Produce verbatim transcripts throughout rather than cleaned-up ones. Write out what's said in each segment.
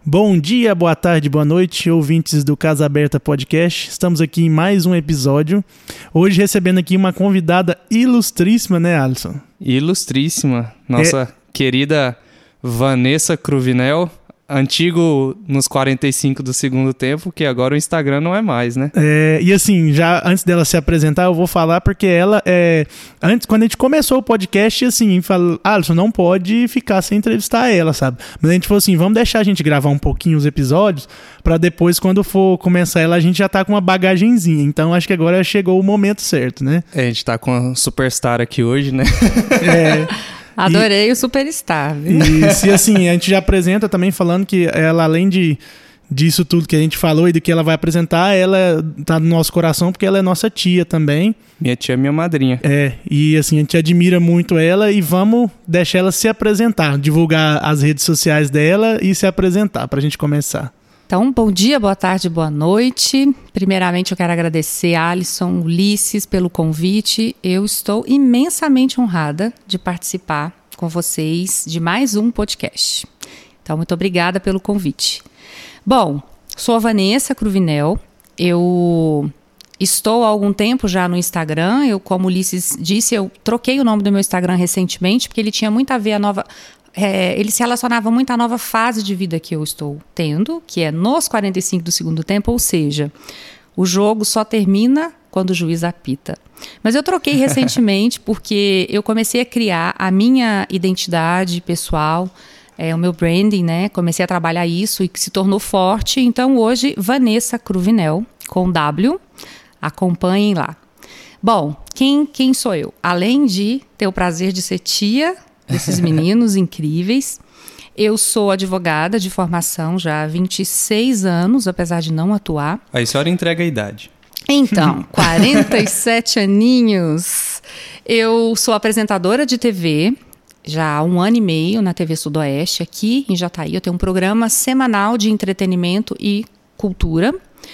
Bom dia, boa tarde, boa noite, ouvintes do Casa Aberta Podcast. Estamos aqui em mais um episódio. Hoje recebendo aqui uma convidada ilustríssima, né, Alisson? Ilustríssima. Nossa é... querida Vanessa Cruvinel. Antigo nos quarenta e cinco do segundo tempo, que agora o Instagram não é mais, né? É, e assim, já antes dela se apresentar, eu vou falar porque ela é... Antes, quando a gente começou o podcast, assim, falou, Alisson, não pode ficar sem entrevistar ela, sabe? Mas a gente falou assim, vamos deixar a gente gravar um pouquinho os episódios, pra depois, quando for começar ela, a gente já tá com uma bagagenzinha. Então, acho que agora chegou o momento certo, né? É, a gente tá com a superstar aqui hoje, né? É... Adorei e, o Superstar, viu? Isso, e assim, a gente já apresenta também falando que ela, além de, disso tudo que a gente falou e do que ela vai apresentar, ela tá no nosso coração porque ela é nossa tia também. Minha tia é minha madrinha. É, e assim, a gente admira muito ela e vamos deixar ela se apresentar, divulgar as redes sociais dela e se apresentar pra gente começar. Então, bom dia, boa tarde, boa noite. Primeiramente, eu quero agradecer a Alisson, Ulisses, pelo convite. Eu estou imensamente honrada de participar com vocês de mais um podcast. Então, muito obrigada pelo convite. Bom, sou a Vanessa Cruvinel. Eu estou há algum tempo já no Instagram. Eu, como o Ulisses disse, eu troquei o nome do meu Instagram recentemente, porque ele tinha muito a ver a nova... É, ele se relacionava muito à nova fase de vida que eu estou tendo, que é nos quarenta e cinco do segundo tempo, ou seja, o jogo só termina quando o juiz apita. Mas eu troquei recentemente porque eu comecei a criar a minha identidade pessoal, é, o meu branding, né? Comecei a trabalhar isso e que se tornou forte. Então hoje, Vanessa Cruvinel, com W, acompanhem lá. Bom, quem, quem sou eu? Além de ter o prazer de ser tia desses meninos incríveis, eu sou advogada de formação já há vinte e seis anos, apesar de não atuar. Aí a senhora entrega a idade. Então, quarenta e sete aninhos. Eu sou apresentadora de T V, já há um ano e meio na T V Sudoeste, aqui em Jataí. Eu tenho um programa semanal de entretenimento e cultura.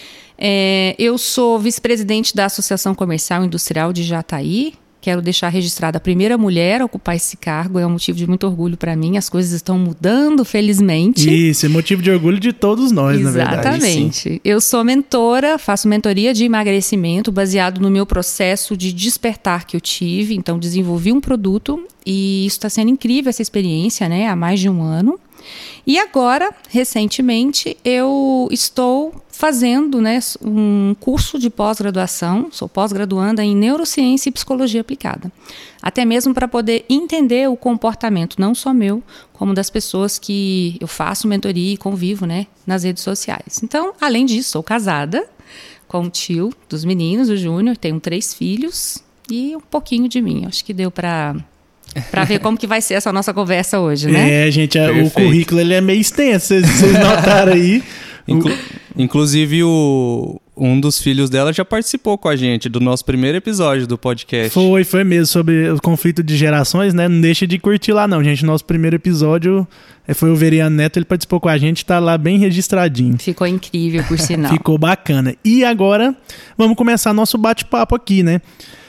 É, eu sou vice-presidente da Associação Comercial e Industrial de Jataí. Quero deixar registrada a primeira mulher a ocupar esse cargo. É um motivo de muito orgulho para mim. As coisas estão mudando, felizmente. Isso, é motivo de orgulho de todos nós, Exatamente. Na verdade. Exatamente. Eu sou mentora, faço mentoria de emagrecimento baseado no meu processo de despertar que eu tive. Então, desenvolvi um produto e isso está sendo incrível, essa experiência, né? Há mais de um ano. E agora, recentemente, eu estou fazendo, né, um curso de pós-graduação, sou pós-graduanda em Neurociência e Psicologia Aplicada. Até mesmo para poder entender o comportamento, não só meu, como das pessoas que eu faço mentoria e convivo, né, nas redes sociais. Então, além disso, sou casada com o tio dos meninos, o Júnior, tenho três filhos e um pouquinho de mim. Acho que deu para... Para ver como que vai ser essa nossa conversa hoje, né? É, gente, o currículo ele é meio extenso, vocês, vocês notaram aí. Inclu- inclusive, o, um dos filhos dela já participou com a gente do nosso primeiro episódio do podcast. Foi, foi mesmo, sobre o conflito de gerações, né? Não deixa de curtir lá não, gente. Nosso primeiro episódio foi o Veriano Neto, ele participou com a gente, tá lá bem registradinho. Ficou incrível, por sinal. Ficou bacana. E agora, vamos começar nosso bate-papo aqui, né?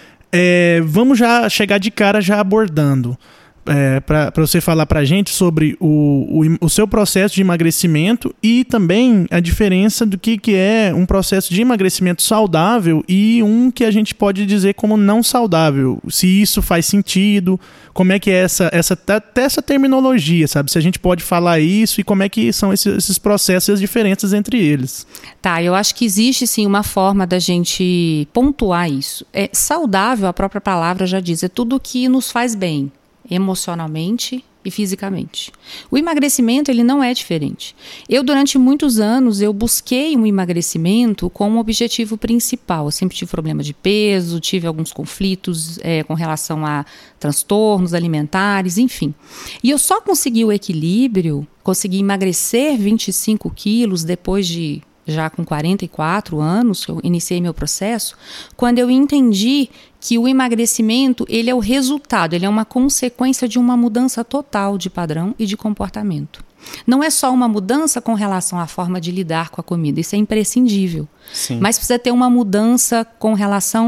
É, vamos já chegar de cara já abordando, é, para você falar para a gente sobre o, o, o seu processo de emagrecimento e também a diferença do que, que é um processo de emagrecimento saudável e um que a gente pode dizer como não saudável. Se isso faz sentido, como é que é essa, essa, até essa terminologia, sabe? Se a gente pode falar isso e como é que são esses, esses processos e as diferenças entre eles. Tá, eu acho que existe sim uma forma da gente pontuar isso. É saudável, a própria palavra já diz, é tudo que nos faz bem, emocionalmente e fisicamente. O emagrecimento, ele não é diferente. Eu, durante muitos anos, eu busquei um emagrecimento como objetivo principal. Eu sempre tive problema de peso, tive alguns conflitos é, com relação a transtornos alimentares, enfim. E eu só consegui o equilíbrio, consegui emagrecer vinte e cinco quilos depois de... já com quarenta e quatro anos, eu iniciei meu processo, quando eu entendi que o emagrecimento, ele é o resultado, ele é uma consequência de uma mudança total de padrão e de comportamento. Não é só uma mudança com relação à forma de lidar com a comida, isso é imprescindível. Sim. Mas precisa ter uma mudança com relação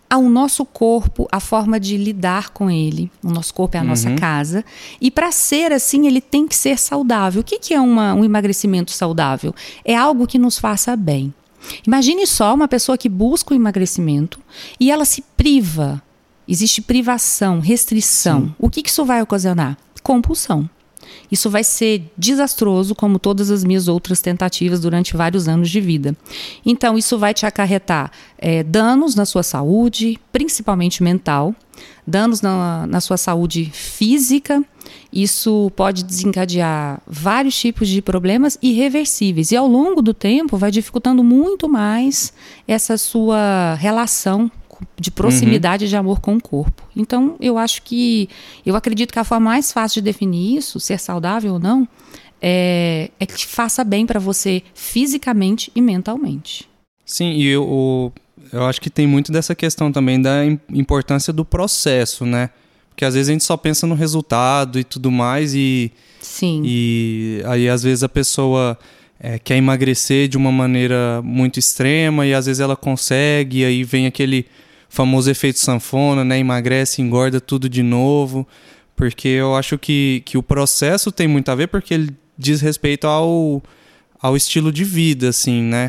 ao nosso corpo, a forma de lidar com ele. O nosso corpo é a uhum. nossa casa. E para ser assim, ele tem que ser saudável. O que, que é uma, um emagrecimento saudável? É algo que nos faça bem. Imagine só uma pessoa que busca o emagrecimento e ela se priva. Existe privação, restrição. Sim. O que, que isso vai ocasionar? Compulsão. Isso vai ser desastroso, como todas as minhas outras tentativas durante vários anos de vida. Então, isso vai te acarretar é, danos na sua saúde, principalmente mental, danos na, na sua saúde física. Isso pode desencadear vários tipos de problemas irreversíveis. E ao longo do tempo vai dificultando muito mais essa sua relação de proximidade uhum. de amor com o corpo. Então, eu acho que, eu acredito que a forma mais fácil de definir isso, ser saudável ou não, é, é que faça bem para você fisicamente e mentalmente. Sim, e eu, eu acho que tem muito dessa questão também da importância do processo, né? Porque às vezes a gente só pensa no resultado e tudo mais e... Sim. E aí às vezes a pessoa... É, quer emagrecer de uma maneira muito extrema e às vezes ela consegue, e aí vem aquele famoso efeito sanfona, né? Emagrece, engorda tudo de novo, porque eu acho que, que o processo tem muito a ver, porque ele diz respeito ao, ao estilo de vida, assim, né?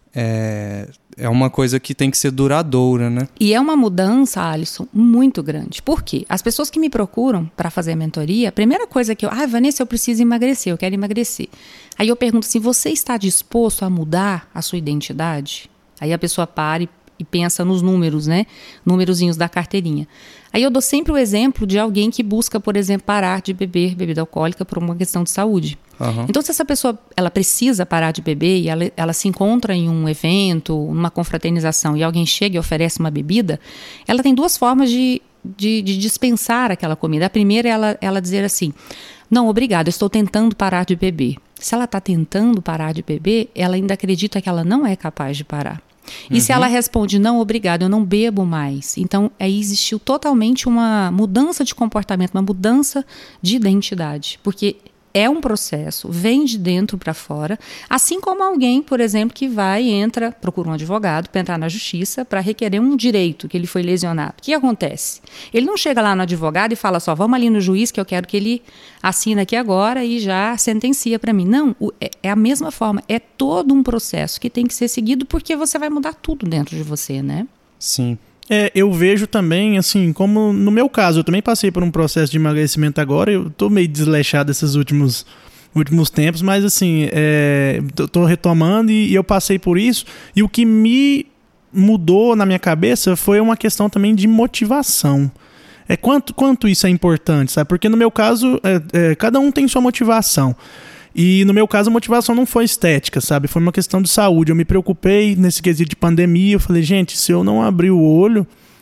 É, é uma coisa que tem que ser duradoura, né? E é uma mudança, Alisson, muito grande. Por quê? As pessoas que me procuram para fazer a mentoria, a primeira coisa que eu... Ah, Vanessa, eu preciso emagrecer, eu quero emagrecer. Aí eu pergunto assim, você está disposto a mudar a sua identidade? Aí a pessoa para e, e pensa nos números, né? Númerozinhos da carteirinha. Aí eu dou sempre o exemplo de alguém que busca, por exemplo, parar de beber bebida alcoólica por uma questão de saúde. Uhum. Então, se essa pessoa ela precisa parar de beber e ela, ela se encontra em um evento, numa confraternização, e alguém chega e oferece uma bebida, ela tem duas formas de, de, de dispensar aquela comida. A primeira é ela, ela dizer assim, não, obrigado, eu estou tentando parar de beber. Se ela está tentando parar de beber, ela ainda acredita que ela não é capaz de parar. E uhum. se ela responde, não, obrigado, eu não bebo mais. Então, aí existiu totalmente uma mudança de comportamento, uma mudança de identidade. Porque é um processo, vem de dentro para fora, assim como alguém, por exemplo, que vai e entra, procura um advogado para entrar na justiça para requerer um direito que ele foi lesionado. O que acontece? Ele não chega lá no advogado e fala só, vamos ali no juiz que eu quero que ele assine aqui agora e já sentencia para mim. Não, é, é a mesma forma, é todo um processo que tem que ser seguido porque você vai mudar tudo dentro de você, né? Sim. É, eu vejo também, assim, como no meu caso, eu também passei por um processo de emagrecimento agora, eu tô meio desleixado esses últimos, últimos tempos, mas assim, é, tô, tô retomando e, e eu passei por isso, e o que me mudou na minha cabeça foi uma questão também de motivação. É quanto, quanto isso é importante, sabe? Porque no meu caso, é, é, cada um tem sua motivação. E no meu caso a motivação não foi estética, sabe? Foi uma questão de saúde. Eu me preocupei nesse quesito de pandemia. Eu falei, gente, se eu não abrir o olho,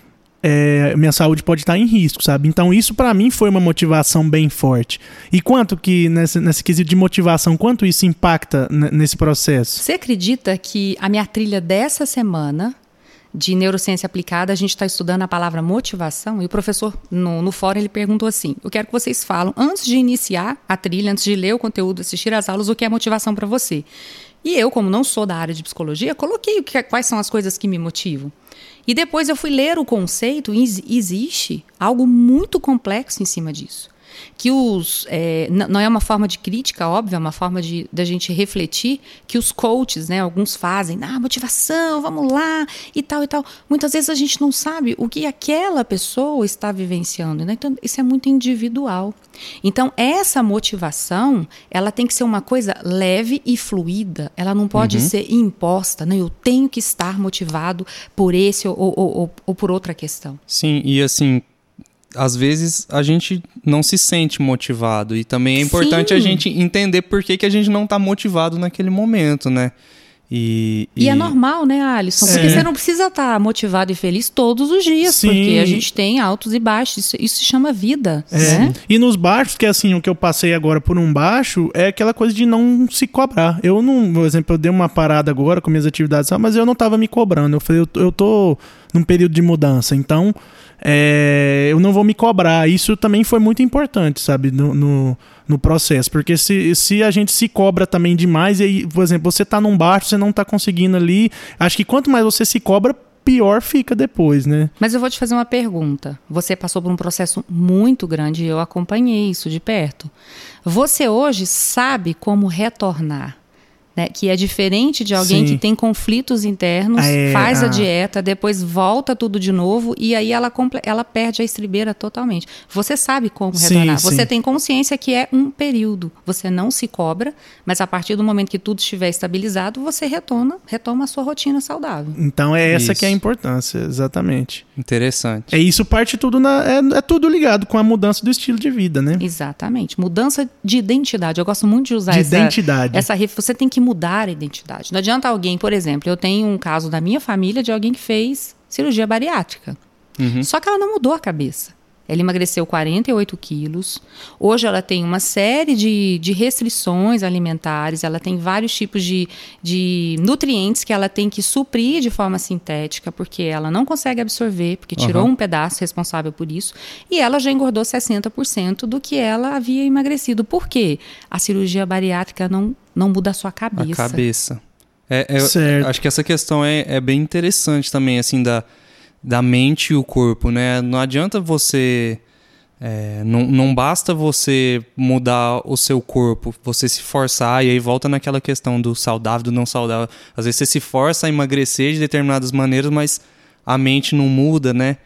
é, minha saúde pode estar em risco, sabe? Então isso pra mim foi uma motivação bem forte. E quanto que, nesse, nesse quesito de motivação, quanto isso impacta n- nesse processo? Você acredita que a minha trilha dessa semana de neurociência aplicada, a gente está estudando a palavra motivação, e o professor no, no fórum ele perguntou assim, eu quero que vocês falam, antes de iniciar a trilha, antes de ler o conteúdo, assistir às aulas, o que é motivação para você? E eu, como não sou da área de psicologia, coloquei o que, quais são as coisas que me motivam. E depois eu fui ler o conceito e existe algo muito complexo em cima disso. Que os, é, n- não é uma forma de crítica, óbvio, é uma forma de da gente refletir que os coaches, né, alguns fazem, ah, motivação, vamos lá, e tal, e tal. Muitas vezes a gente não sabe o que aquela pessoa está vivenciando, né? Então, isso é muito individual. Então, essa motivação, ela tem que ser uma coisa leve e fluida, ela não pode uhum. ser imposta, né? Eu tenho que estar motivado por esse ou, ou, ou, ou por outra questão. Sim, e assim, às vezes a gente não se sente motivado e também é importante Sim. a gente entender por que, que a gente não está motivado naquele momento, né? E, e... e é normal, né, Alisson? Porque é. você não precisa estar motivado e feliz todos os dias, Sim. porque a gente tem altos e baixos, isso, isso se chama vida, é. né? E nos baixos, que assim, o que eu passei agora por um baixo é aquela coisa de não se cobrar. Eu não, por exemplo, eu dei uma parada agora com minhas atividades, mas eu não estava me cobrando. Eu falei, eu, eu tô num período de mudança, então é, eu não vou me cobrar. Isso também foi muito importante, sabe, no, no, no processo, porque se, se a gente se cobra também demais, e aí, por exemplo, você tá num baixo, você não tá conseguindo ali, acho que quanto mais você se cobra, pior fica depois, né? Mas eu vou te fazer uma pergunta. Você passou por um processo muito grande e eu acompanhei isso de perto. Você hoje sabe como retornar? Né, que é diferente de alguém Sim. que tem conflitos internos, é, faz a... a dieta, depois volta tudo de novo e aí ela, ela perde a estribeira totalmente. Você sabe como sim, retornar. sim. Você tem consciência que é um período. Você não se cobra, mas a partir do momento que tudo estiver estabilizado, você retoma, retoma a sua rotina saudável. Então é essa isso. que é a importância, exatamente. Interessante. É isso, parte tudo na, é, é tudo ligado com a mudança do estilo de vida, né? Exatamente. Mudança de identidade. Eu gosto muito de usar de essa... identidade. Essa, você tem que mudar a identidade. Não adianta alguém, por exemplo, eu tenho um caso da minha família de alguém que fez cirurgia bariátrica. Uhum. Só que ela não mudou a cabeça. Ela emagreceu quarenta e oito quilos. Hoje ela tem uma série de, de restrições alimentares. Ela tem vários tipos de, de nutrientes que ela tem que suprir de forma sintética, porque ela não consegue absorver, porque tirou uhum. um pedaço responsável por isso. E ela já engordou sessenta por cento do que ela havia emagrecido. Por quê? A cirurgia bariátrica não, não muda a sua cabeça. A cabeça. É, é, acho que essa questão é, é bem interessante também, assim, da... da mente e o corpo, né? Não adianta você... É, não, não basta você mudar o seu corpo, você se forçar, e aí volta naquela questão do saudável, do não saudável. Às vezes você se força a emagrecer de determinadas maneiras, mas a mente não muda, né?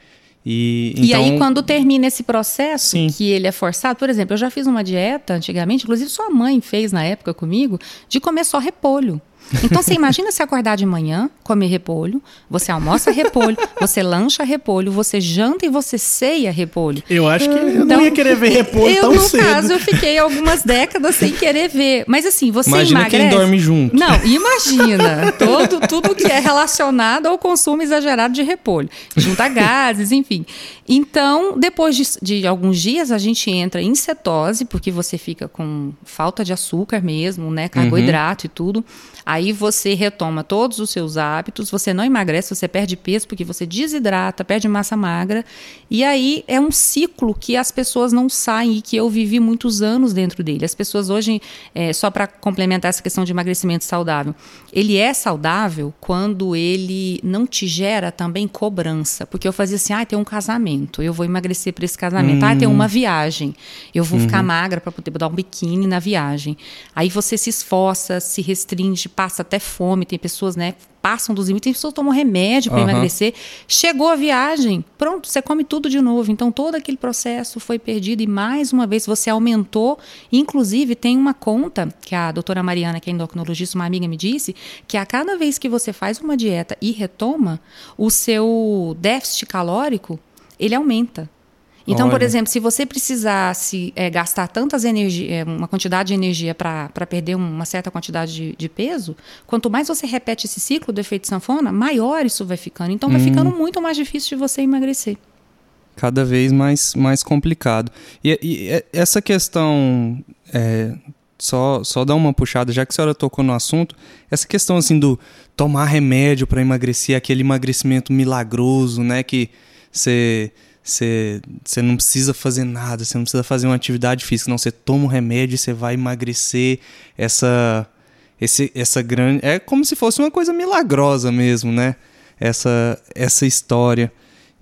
E, e então... aí quando termina esse processo, Sim. que ele é forçado, por exemplo, eu já fiz uma dieta antigamente, inclusive sua mãe fez na época comigo, de comer só repolho. Então você imagina se acordar de manhã, comer repolho, você almoça repolho, você lancha repolho, você janta e você ceia repolho. Eu acho que eu então, não ia querer ver repolho eu, tão no cedo. No caso, eu fiquei algumas décadas sem querer ver. Mas assim, você imagina emagrece... quem dorme junto. Não, imagina. Todo, tudo que é relacionado ao consumo exagerado de repolho. Junta gases, enfim. Então, depois de, de alguns dias, a gente entra em cetose, porque você fica com falta de açúcar mesmo, né? Carboidrato uhum. e tudo. Aí você retoma todos os seus hábitos, você não emagrece, você perde peso porque você desidrata, perde massa magra. E aí é um ciclo que as pessoas não saem e que eu vivi muitos anos dentro dele. As pessoas hoje, é, só para complementar essa questão de emagrecimento saudável, ele é saudável quando ele não te gera também cobrança. Porque eu fazia assim, ah, tem um casamento, eu vou emagrecer para esse casamento. Hum. Ah, tem uma viagem, eu vou uhum. ficar magra para poder dar um biquíni na viagem. Aí você se esforça, se restringe, passa até fome, tem pessoas, né, passam dos limites, tem pessoas que tomam remédio para uhum. emagrecer, chegou a viagem, pronto, você come tudo de novo, então todo aquele processo foi perdido e mais uma vez você aumentou, inclusive tem uma conta que a doutora Mariana, que é endocrinologista, uma amiga me disse, que a cada vez que você faz uma dieta e retoma, o seu déficit calórico, ele aumenta. Então, Olha. por exemplo, se você precisasse é, gastar tantas energia, é, uma quantidade de energia para perder uma certa quantidade de, de peso, quanto mais você repete esse ciclo do efeito sanfona, maior isso vai ficando. Então, hum. vai ficando muito mais difícil de você emagrecer. Cada vez mais, mais complicado. E, e essa questão, é, só, só dar uma puxada, já que a senhora tocou no assunto, essa questão assim do tomar remédio para emagrecer, aquele emagrecimento milagroso, né, que você... Você, você não precisa fazer nada, você não precisa fazer uma atividade física, não, você toma um remédio e você vai emagrecer. Essa, esse, essa grande... É como se fosse uma coisa milagrosa mesmo, né? Essa, essa história.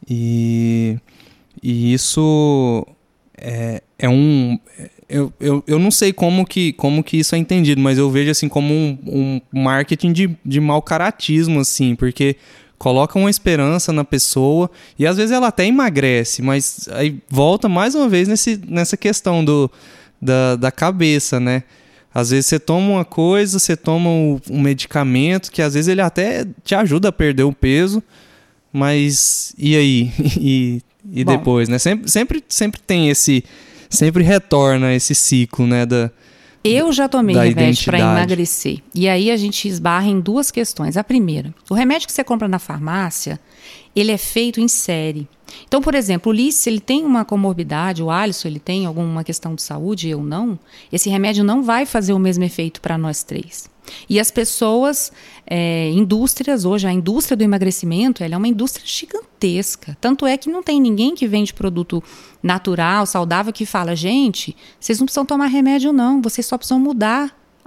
E, e isso é, é um... Eu, eu, eu não sei como que, como que isso é entendido, mas eu vejo assim como um, um marketing de, de mau caratismo, assim, porque... coloca uma esperança na pessoa e às vezes ela até emagrece, mas aí volta mais uma vez nesse, nessa questão do, da, da cabeça, né? Às vezes você toma uma coisa, você toma um, um medicamento que às vezes ele até te ajuda a perder o peso, mas e aí? e e depois, né? Sempre, sempre, sempre tem esse... Sempre retorna esse ciclo, né? Da, Eu já tomei remédio para emagrecer. E aí a gente esbarra em duas questões. A primeira, o remédio que você compra na farmácia, ele é feito em série. Então, por exemplo, o Ulisses, ele tem uma comorbidade, o Alisson, ele tem alguma questão de saúde, eu não. Esse remédio não vai fazer o mesmo efeito para nós três. E as pessoas, é, indústrias, hoje a indústria do emagrecimento, ela é uma indústria gigantesca. Tanto é que não tem ninguém que vende produto natural, saudável, que fala, gente, vocês não precisam tomar remédio não, vocês só precisam mudar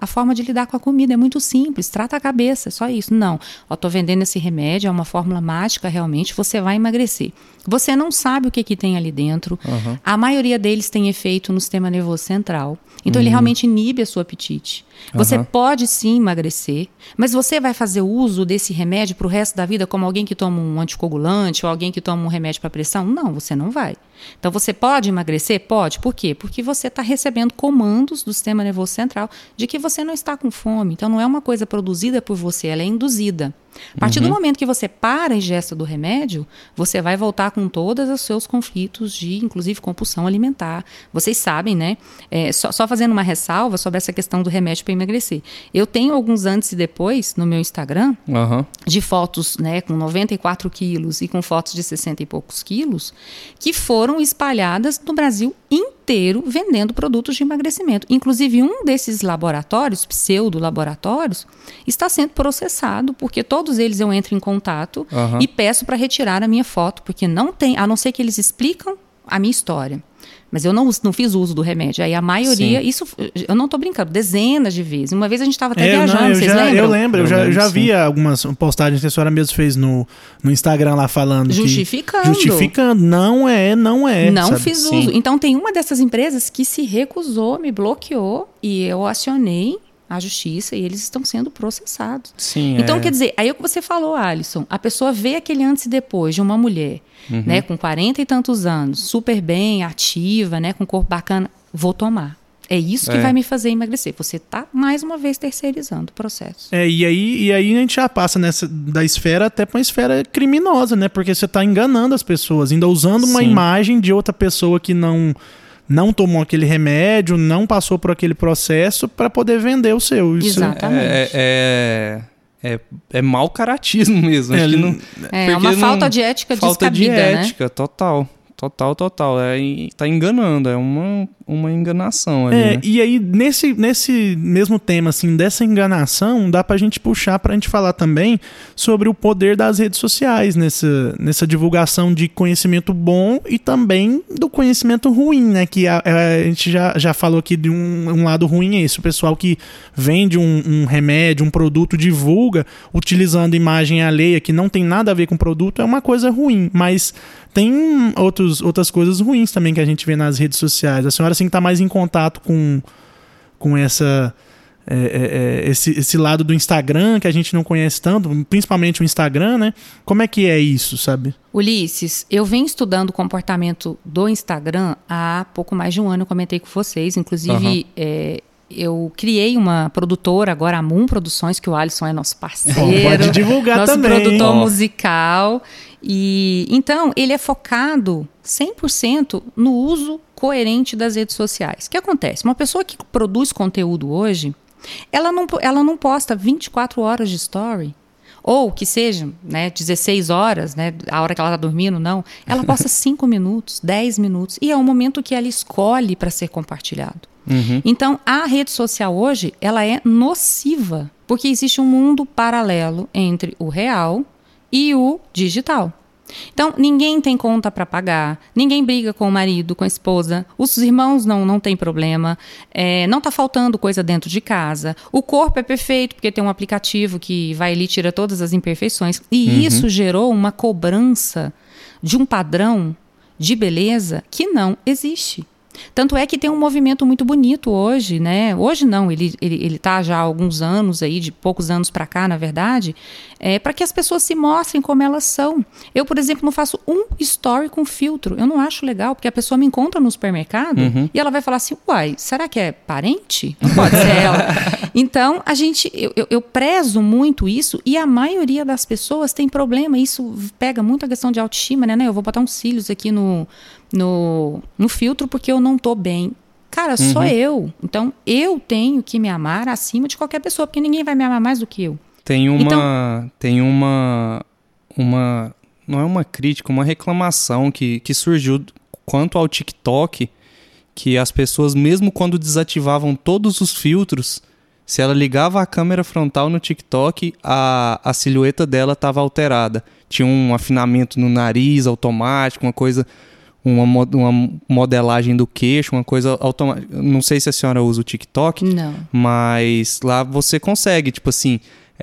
A forma de lidar com a comida é muito simples, trata a cabeça, só isso. Não, ó, tô vendendo esse remédio, é uma fórmula mágica, realmente, você vai emagrecer. Você não sabe o que, que tem ali dentro. Uhum. A maioria deles tem efeito no sistema nervoso central. Então, uhum. ele realmente inibe a sua apetite. Você uhum. pode sim emagrecer, mas você vai fazer uso desse remédio para o resto da vida como alguém que toma um anticoagulante ou alguém que toma um remédio para pressão? Não, você não vai. Então, você pode emagrecer? Pode. Por quê? Porque você está recebendo comandos do sistema nervoso central de que você não está com fome. Então, não é uma coisa produzida por você, ela é induzida. A partir uhum. do momento que você para a ingesta do remédio, você vai voltar com todos os seus conflitos de, inclusive, compulsão alimentar. Vocês sabem, né? É, só, só fazendo uma ressalva sobre essa questão do remédio para emagrecer. Eu tenho alguns antes e depois no meu Instagram, uhum. de fotos, né, com noventa e quatro quilos e com fotos de sessenta e poucos quilos, que foram espalhadas no Brasil inteiro vendendo produtos de emagrecimento. Inclusive, um desses laboratórios, pseudo-laboratórios, está sendo processado, porque todos eles eu entro em contato uhum. e peço para retirar a minha foto, porque não tem, a não ser que eles explicam a minha história. Mas eu não, não fiz uso do remédio. Aí a maioria, sim. isso eu não estou brincando, dezenas de vezes. Uma vez a gente estava até é, viajando, não, vocês já, lembram? Eu lembro, eu, eu já, lembro, já vi algumas postagens que a senhora mesmo fez no, no Instagram lá falando. Justificando. Que, justificando. Não é, não é. Não sabe? fiz Sim. uso. Então tem uma dessas empresas que se recusou, me bloqueou e eu acionei a justiça e eles estão sendo processados. Sim, então, é. quer dizer, aí é o que você falou, Alisson, a pessoa vê aquele antes e depois de uma mulher, uhum. né, com quarenta e tantos anos, super bem, ativa, né, com corpo bacana, vou tomar. É isso que é. vai me fazer emagrecer. Você está, mais uma vez, terceirizando o processo. É, e aí, e aí a gente já passa nessa, da esfera até para uma esfera criminosa, né, porque você está enganando as pessoas, ainda usando uma Sim. imagem de outra pessoa que não... não tomou aquele remédio, não passou por aquele processo para poder vender o seu. Isso Exatamente. É, é, é, é mau caratismo mesmo. É, Acho que não, é uma falta não, de ética falta descabida, de né? ética, total. Total, total. É, tá enganando, é uma, uma enganação ali, é, né? E aí, nesse, nesse mesmo tema, assim, dessa enganação, dá pra gente puxar pra gente falar também sobre o poder das redes sociais nessa, nessa divulgação de conhecimento bom e também do conhecimento ruim, né? Que a, a gente já, já falou aqui de um, um lado ruim é esse, o pessoal que vende um, um remédio, um produto, divulga, utilizando imagem alheia que não tem nada a ver com o produto, é uma coisa ruim, mas... tem outros, outras coisas ruins também que a gente vê nas redes sociais. A senhora assim está mais em contato com, com essa, é, é, esse, esse lado do Instagram que a gente não conhece tanto, principalmente o Instagram, né? Como é que é isso, sabe? Ulisses, eu venho estudando o comportamento do Instagram há pouco mais de um ano, eu comentei com vocês. Inclusive, uhum. é, eu criei uma produtora, agora a Moon Produções, que o Alisson é nosso parceiro. Oh, pode divulgar nosso também. Nosso produtor oh. musical. E então, ele é focado cem por cento no uso coerente das redes sociais. O que acontece? Uma pessoa que produz conteúdo hoje, ela não, ela não posta vinte e quatro horas de story, ou que seja, né, dezesseis horas, né, a hora que ela está dormindo, não. Ela posta cinco minutos, dez minutos, e é o momento que ela escolhe para ser compartilhado. Uhum. Então, a rede social hoje, ela é nociva, porque existe um mundo paralelo entre o real e o digital. Então, ninguém tem conta para pagar, ninguém briga com o marido, com a esposa, os irmãos não, não tem problema, é, não está faltando coisa dentro de casa, o corpo é perfeito porque tem um aplicativo que vai ali e tira todas as imperfeições. E uhum. isso gerou uma cobrança de um padrão de beleza que não existe. Tanto é que tem um movimento muito bonito hoje, né? Hoje não, ele ele ele está já há alguns anos aí, de poucos anos para cá, na verdade, é, para que as pessoas se mostrem como elas são. Eu, por exemplo, não faço um story com filtro. Eu não acho legal, porque a pessoa me encontra no supermercado uhum. e ela vai falar assim, uai, será que é parente? Não pode ser ela. Então, a gente, eu, eu, eu prezo muito isso e a maioria das pessoas tem problema. Isso pega muito a questão de autoestima, né? Eu vou botar uns cílios aqui no... No, no filtro porque eu não tô bem. Cara, uhum. sou eu. Então, eu tenho que me amar acima de qualquer pessoa, porque ninguém vai me amar mais do que eu. Tem uma... Então, tem uma, uma... Não é uma crítica, uma reclamação que, que surgiu quanto ao TikTok, que as pessoas, mesmo quando desativavam todos os filtros, se ela ligava a câmera frontal no TikTok, a, a silhueta dela estava alterada. Tinha um afinamento no nariz automático, uma coisa... uma, uma modelagem do queixo, uma coisa automática. Não sei se a senhora usa o TikTok. Não. Mas lá você consegue, tipo assim,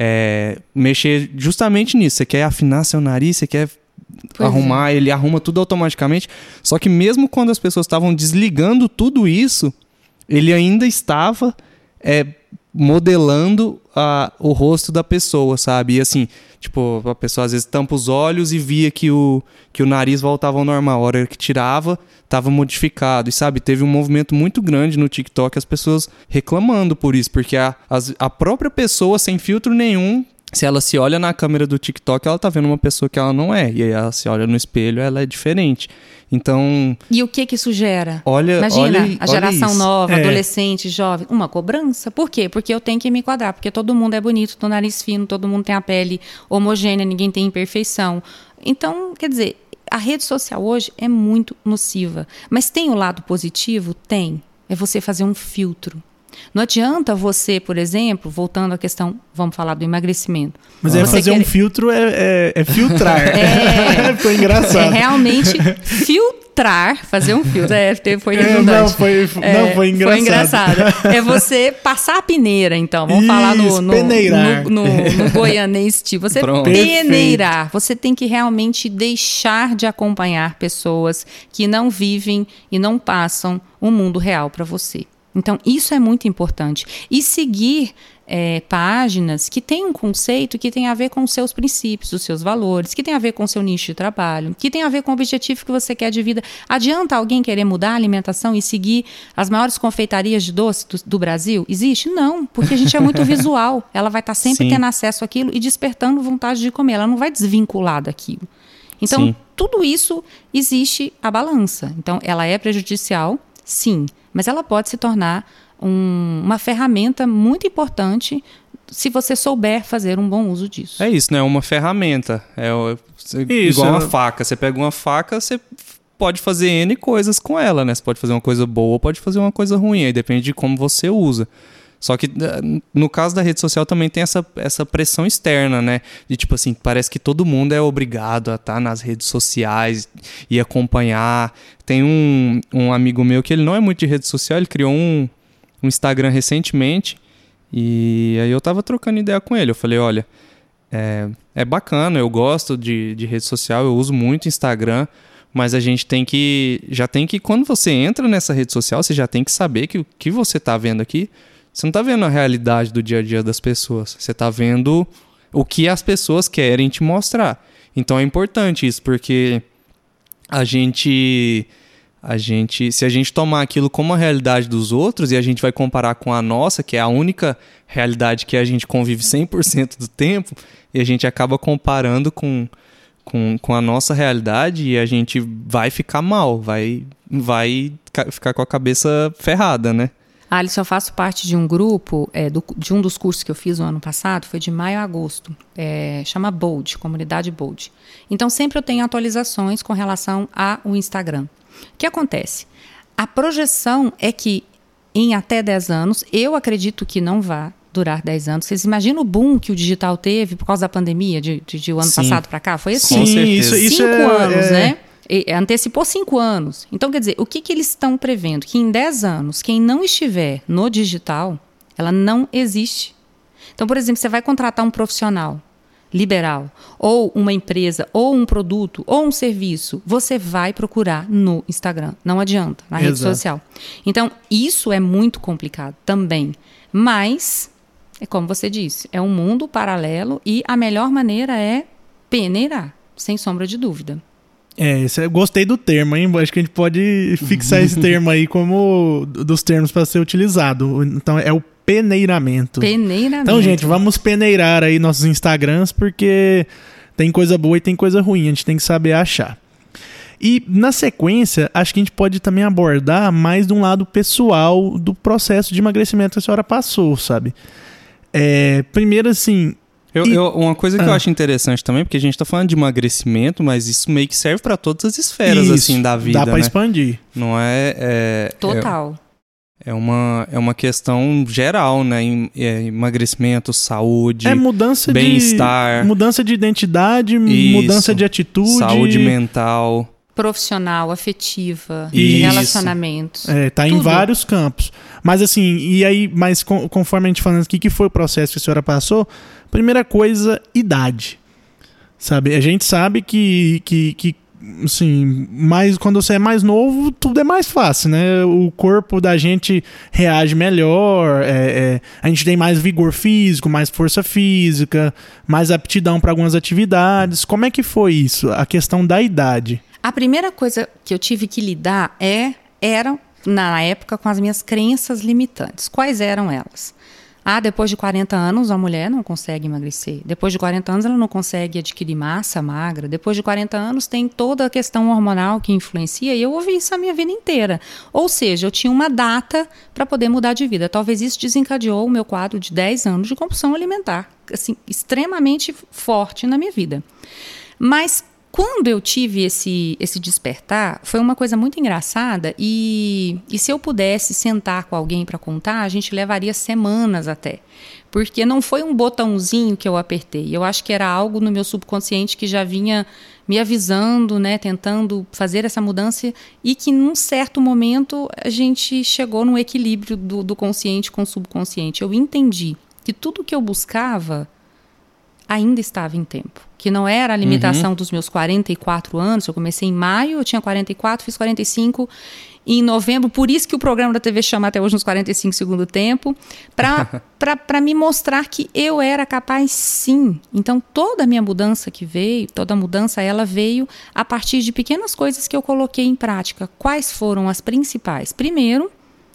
é, mexer justamente nisso. Você quer afinar seu nariz, você quer pois arrumar, é. ele arruma tudo automaticamente. Só que mesmo quando as pessoas estavam desligando tudo isso, ele ainda estava é, modelando a, o rosto da pessoa, sabe? E assim, tipo, a pessoa às vezes tampa os olhos e via que o, que o nariz voltava ao normal. A hora que tirava, estava modificado. E sabe, teve um movimento muito grande no TikTok, as pessoas reclamando por isso. Porque a, as, a própria pessoa, sem filtro nenhum, se ela se olha na câmera do TikTok, ela tá vendo uma pessoa que ela não é. E aí ela se olha no espelho, ela é diferente. Então... E o que que isso gera? Olha, Imagina, olha, a geração olha nova, é. adolescente, jovem. Uma cobrança. Por quê? Porque eu tenho que me enquadrar. Porque todo mundo é bonito, do nariz fino, todo mundo tem a pele homogênea, ninguém tem imperfeição. Então, quer dizer, a rede social hoje é muito nociva. Mas tem o lado positivo? Tem. É você fazer um filtro. Não adianta você, por exemplo, voltando à questão, vamos falar do emagrecimento. Mas é fazer quer... um filtro é, é, é filtrar. É, foi engraçado. É realmente filtrar, fazer um filtro. É, foi redundante. É, não, foi, é, não, foi engraçado. Foi engraçado. É você passar a peneira, então. Vamos Isso, falar no, no, peneirar. no, no, no goianês tipo. Você Pronto. peneirar. Perfeito. Você tem que realmente deixar de acompanhar pessoas que não vivem e não passam o mundo real para você. Então, isso é muito importante. E seguir é, páginas que têm um conceito que tem a ver com os seus princípios, os seus valores, que tem a ver com o seu nicho de trabalho, que tem a ver com o objetivo que você quer de vida. Adianta alguém querer mudar a alimentação e seguir as maiores confeitarias de doce do, do Brasil? Existe? Não, porque a gente é muito visual. Ela vai estar sempre Sim. tendo acesso àquilo e despertando vontade de comer. Ela não vai desvincular daquilo. Então, Sim. tudo isso existe a balança. Então, ela é prejudicial, sim. Mas ela pode se tornar um, uma ferramenta muito importante se você souber fazer um bom uso disso. É isso, né? É uma ferramenta. É isso, igual uma faca. Você pega uma faca, você pode fazer N coisas com ela, né? Você pode fazer uma coisa boa ou pode fazer uma coisa ruim. Aí depende de como você usa. Só que no caso da rede social também tem essa, essa pressão externa, né? De tipo assim, parece que todo mundo é obrigado a estar nas redes sociais e acompanhar. Tem um, um amigo meu que ele não é muito de rede social, ele criou um, um Instagram recentemente e aí eu tava trocando ideia com ele. Eu falei, olha, é, é bacana, eu gosto de, de rede social, eu uso muito Instagram, mas a gente tem que, já tem que, quando você entra nessa rede social, você já tem que saber que o que você tá vendo aqui, você não tá vendo a realidade do dia a dia das pessoas. Você tá vendo o que as pessoas querem te mostrar. Então é importante isso, porque a gente, a gente, se a gente tomar aquilo como a realidade dos outros e a gente vai comparar com a nossa, que é a única realidade que a gente convive cem por cento do tempo, e a gente acaba comparando com, com, com a nossa realidade e a gente vai ficar mal, vai, vai ficar com a cabeça ferrada, né? Alisson, eu faço parte de um grupo, é, do, de um dos cursos que eu fiz no ano passado, foi de maio a agosto, é, chama Bold, Comunidade Bold. Então, sempre eu tenho atualizações com relação ao Instagram. O que acontece? A projeção é que em até dez anos, eu acredito que não vá durar dez anos. Vocês imaginam o boom que o digital teve por causa da pandemia de, de, de o ano Sim. passado para cá? Foi assim? Com certeza. Isso, isso Cinco é, anos, é... né? E antecipou cinco anos. Então, quer dizer, o que, que eles estão prevendo? Que em dez anos, quem não estiver no digital, ela não existe. Então, por exemplo, você vai contratar um profissional liberal, ou uma empresa, ou um produto, ou um serviço, você vai procurar no Instagram. Não adianta, na rede Exato. social. Então, isso é muito complicado também. Mas, é como você disse, é um mundo paralelo e a melhor maneira é peneirar, sem sombra de dúvida. É, esse, eu gostei do termo, hein? Acho que a gente pode fixar esse termo aí como dos termos para ser utilizado. Então, é o peneiramento. Peneiramento. Então, gente, vamos peneirar aí nossos Instagrams, porque tem coisa boa e tem coisa ruim, a gente tem que saber achar. E, na sequência, acho que a gente pode também abordar mais de um lado pessoal do processo de emagrecimento que a senhora passou, sabe? É, primeiro, assim... Eu, e... eu, uma coisa que ah. eu acho interessante também, porque a gente tá falando de emagrecimento, mas isso meio que serve para todas as esferas Isso, assim da vida, dá pra né? expandir. Não é... é Total. É, é, uma, é uma questão geral, né? Em, é, emagrecimento, saúde, É mudança bem-estar. de... Mudança de identidade, Isso, mudança de atitude. Saúde mental. profissional, afetiva, Isso. de relacionamentos. É, tá Tudo. em vários campos. Mas assim, e aí, mas com, conforme a gente falando aqui, que foi o processo que a senhora passou, primeira coisa, idade. Sabe? A gente sabe que, que, que assim, mais, quando você é mais novo, tudo é mais fácil, né? O corpo da gente reage melhor, é, é, a gente tem mais vigor físico, mais força física, mais aptidão para algumas atividades. Como é que foi isso? A questão da idade. A primeira coisa que eu tive que lidar é, era, na época, com as minhas crenças limitantes. Quais eram elas? Ah, depois de quarenta anos a mulher não consegue emagrecer. Depois de quarenta anos ela não consegue adquirir massa magra. Depois de quarenta anos tem toda a questão hormonal que influencia, e eu ouvi isso a minha vida inteira. Ou seja, eu tinha uma data para poder mudar de vida. Talvez isso desencadeou o meu quadro de dez anos de compulsão alimentar, assim, extremamente forte na minha vida. Mas quando eu tive esse, esse despertar, foi uma coisa muito engraçada, e, e se eu pudesse sentar com alguém para contar, a gente levaria semanas até. Porque não foi um botãozinho que eu apertei. Eu acho que era algo no meu subconsciente que já vinha me avisando, né, tentando fazer essa mudança, e que num certo momento a gente chegou num equilíbrio do, do consciente com o subconsciente. Eu entendi que tudo que eu buscava ainda estava em tempo. Que não era a limitação uhum. dos meus quarenta e quatro anos. Eu comecei em maio, eu tinha quarenta e quatro, fiz quarenta e cinco em novembro. Por isso que o programa da T V chama até hoje nos quarenta e cinco segundo tempo. Para me mostrar que eu era capaz, sim. Então, toda a minha mudança que veio, toda a mudança, ela veio a partir de pequenas coisas que eu coloquei em prática. Quais foram as principais? Primeiro,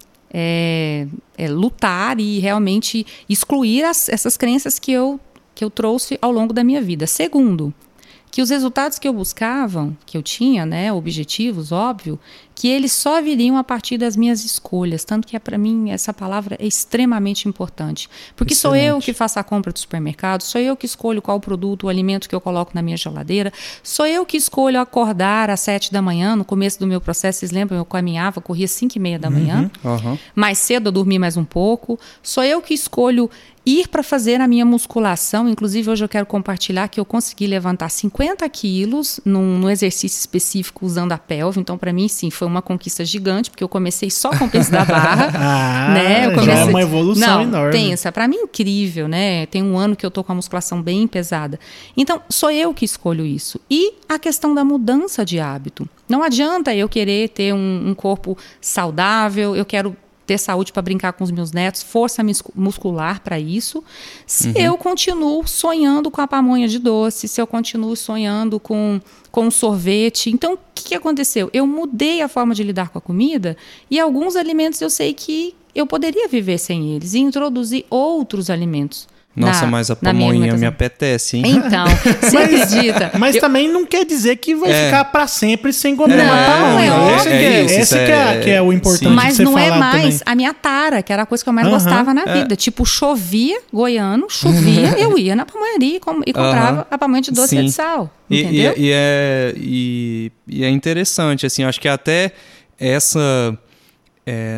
é, é lutar e realmente excluir as, essas crenças que eu que eu trouxe ao longo da minha vida. Segundo, que os resultados que eu buscava, que eu tinha, né, objetivos, óbvio, que eles só viriam a partir das minhas escolhas. Tanto que, é, para mim, essa palavra é extremamente importante. Porque Excelente. Sou eu que faço a compra do supermercado, sou eu que escolho qual produto, o alimento que eu coloco na minha geladeira, sou eu que escolho acordar às sete da manhã. No começo do meu processo, vocês lembram, eu caminhava, corria às cinco e meia da manhã. Uhum, uhum. Mais cedo eu dormi mais um pouco. Sou eu que escolho ir para fazer a minha musculação. Inclusive, hoje eu quero compartilhar que eu consegui levantar cinquenta quilos num, num exercício específico usando a pelve. Então, para mim, sim, foi uma conquista gigante, porque eu comecei só com o peso da barra. ah, né? Eu comecei... já é uma evolução Não, enorme. Tensa. Para mim, incrível, né? Tem um ano que eu tô com a musculação bem pesada. Então, sou eu que escolho isso. E a questão da mudança de hábito. Não adianta eu querer ter um, um corpo saudável, eu quero ter saúde para brincar com os meus netos, força muscular para isso, se uhum. eu continuo sonhando com a pamonha de doce, se eu continuo sonhando com, com sorvete. Então, o que, que aconteceu? Eu mudei a forma de lidar com a comida, e alguns alimentos eu sei que eu poderia viver sem eles, e introduzir outros alimentos. Nossa, na, mas a pamonha me apetece, hein? Então, você acredita? Mas eu... também não quer dizer que vai é. ficar pra sempre sem comer não, uma pamonha. É esse é, é, isso, esse é, que, é, que é o importante. Sim. Mas de você não é falar mais também. A minha tara, que era a coisa que eu mais uh-huh, gostava na é. vida. Tipo, chovia, goiano, chovia, eu ia na pamonharia e, com, e comprava uh-huh. a pamonha de doce e de sal. E, entendeu? E, e, é, e, e é interessante, assim, acho que até essa... É,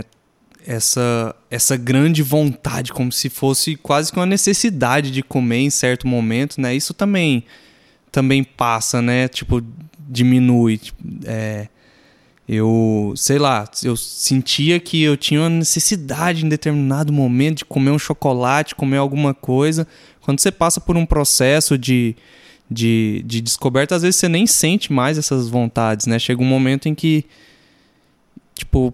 essa essa grande vontade, como se fosse quase que uma necessidade de comer em certo momento, né? Isso também também passa, né? Tipo, diminui. Tipo, é, eu, sei lá, eu sentia que eu tinha uma necessidade em determinado momento de comer um chocolate, comer alguma coisa. Quando você passa por um processo de, de, de descoberta, às vezes você nem sente mais essas vontades, né? Chega um momento em que, tipo...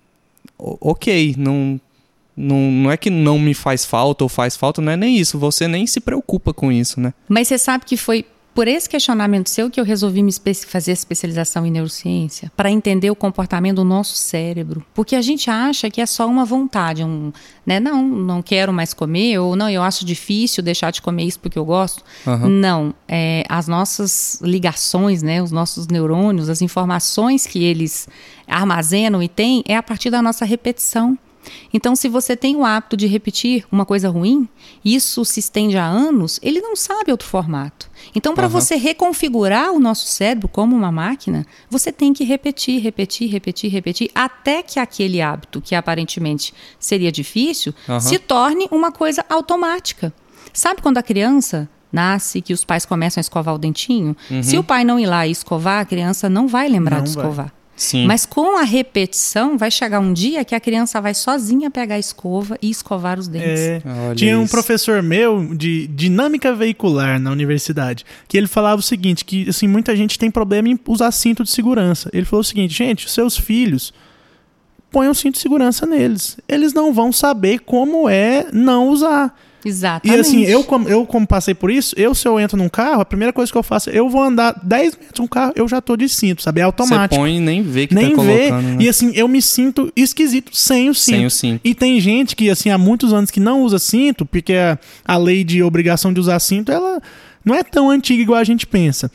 ok, não, não, não é que não me faz falta ou faz falta, não é nem isso, você nem se preocupa com isso, né? Mas você sabe que foi por esse questionamento seu que eu resolvi me espe- fazer especialização em neurociência, para entender o comportamento do nosso cérebro, porque a gente acha que é só uma vontade, um, né? Não, não quero mais comer, ou não, eu acho difícil deixar de comer isso porque eu gosto. Uhum. Não, é, as nossas ligações, né? Os nossos neurônios, as informações que eles armazenam e têm, é a partir da nossa repetição. Então, se você tem o hábito de repetir uma coisa ruim, isso se estende há anos, ele não sabe outro formato. Então, para uhum. você reconfigurar o nosso cérebro como uma máquina, você tem que repetir, repetir, repetir, repetir, até que aquele hábito, que aparentemente seria difícil, uhum. se torne uma coisa automática. Sabe quando a criança nasce, que os pais começam a escovar o dentinho. Uhum. Se o pai não ir lá e escovar, a criança não vai lembrar não de escovar. Vai. Sim. Mas com a repetição, vai chegar um dia que a criança vai sozinha pegar a escova e escovar os dentes. É. Tinha um isso. professor meu de dinâmica veicular na universidade, que ele falava o seguinte, que assim, muita gente tem problema em usar cinto de segurança. Ele falou o seguinte, gente, seus filhos, põem um cinto de segurança neles. Eles não vão saber como é não usar. Exatamente. E assim, eu como, eu como passei por isso, eu se eu entro num carro, a primeira coisa que eu faço, eu vou andar dez metros no carro, eu já tô de cinto, sabe? É automático. Você põe e nem vê que nem tá vê, colocando. Né? E assim, eu me sinto esquisito sem o cinto. Sem o cinto. E tem gente que assim, há muitos anos que não usa cinto, porque a, a lei de obrigação de usar cinto, ela não é tão antiga igual a gente pensa.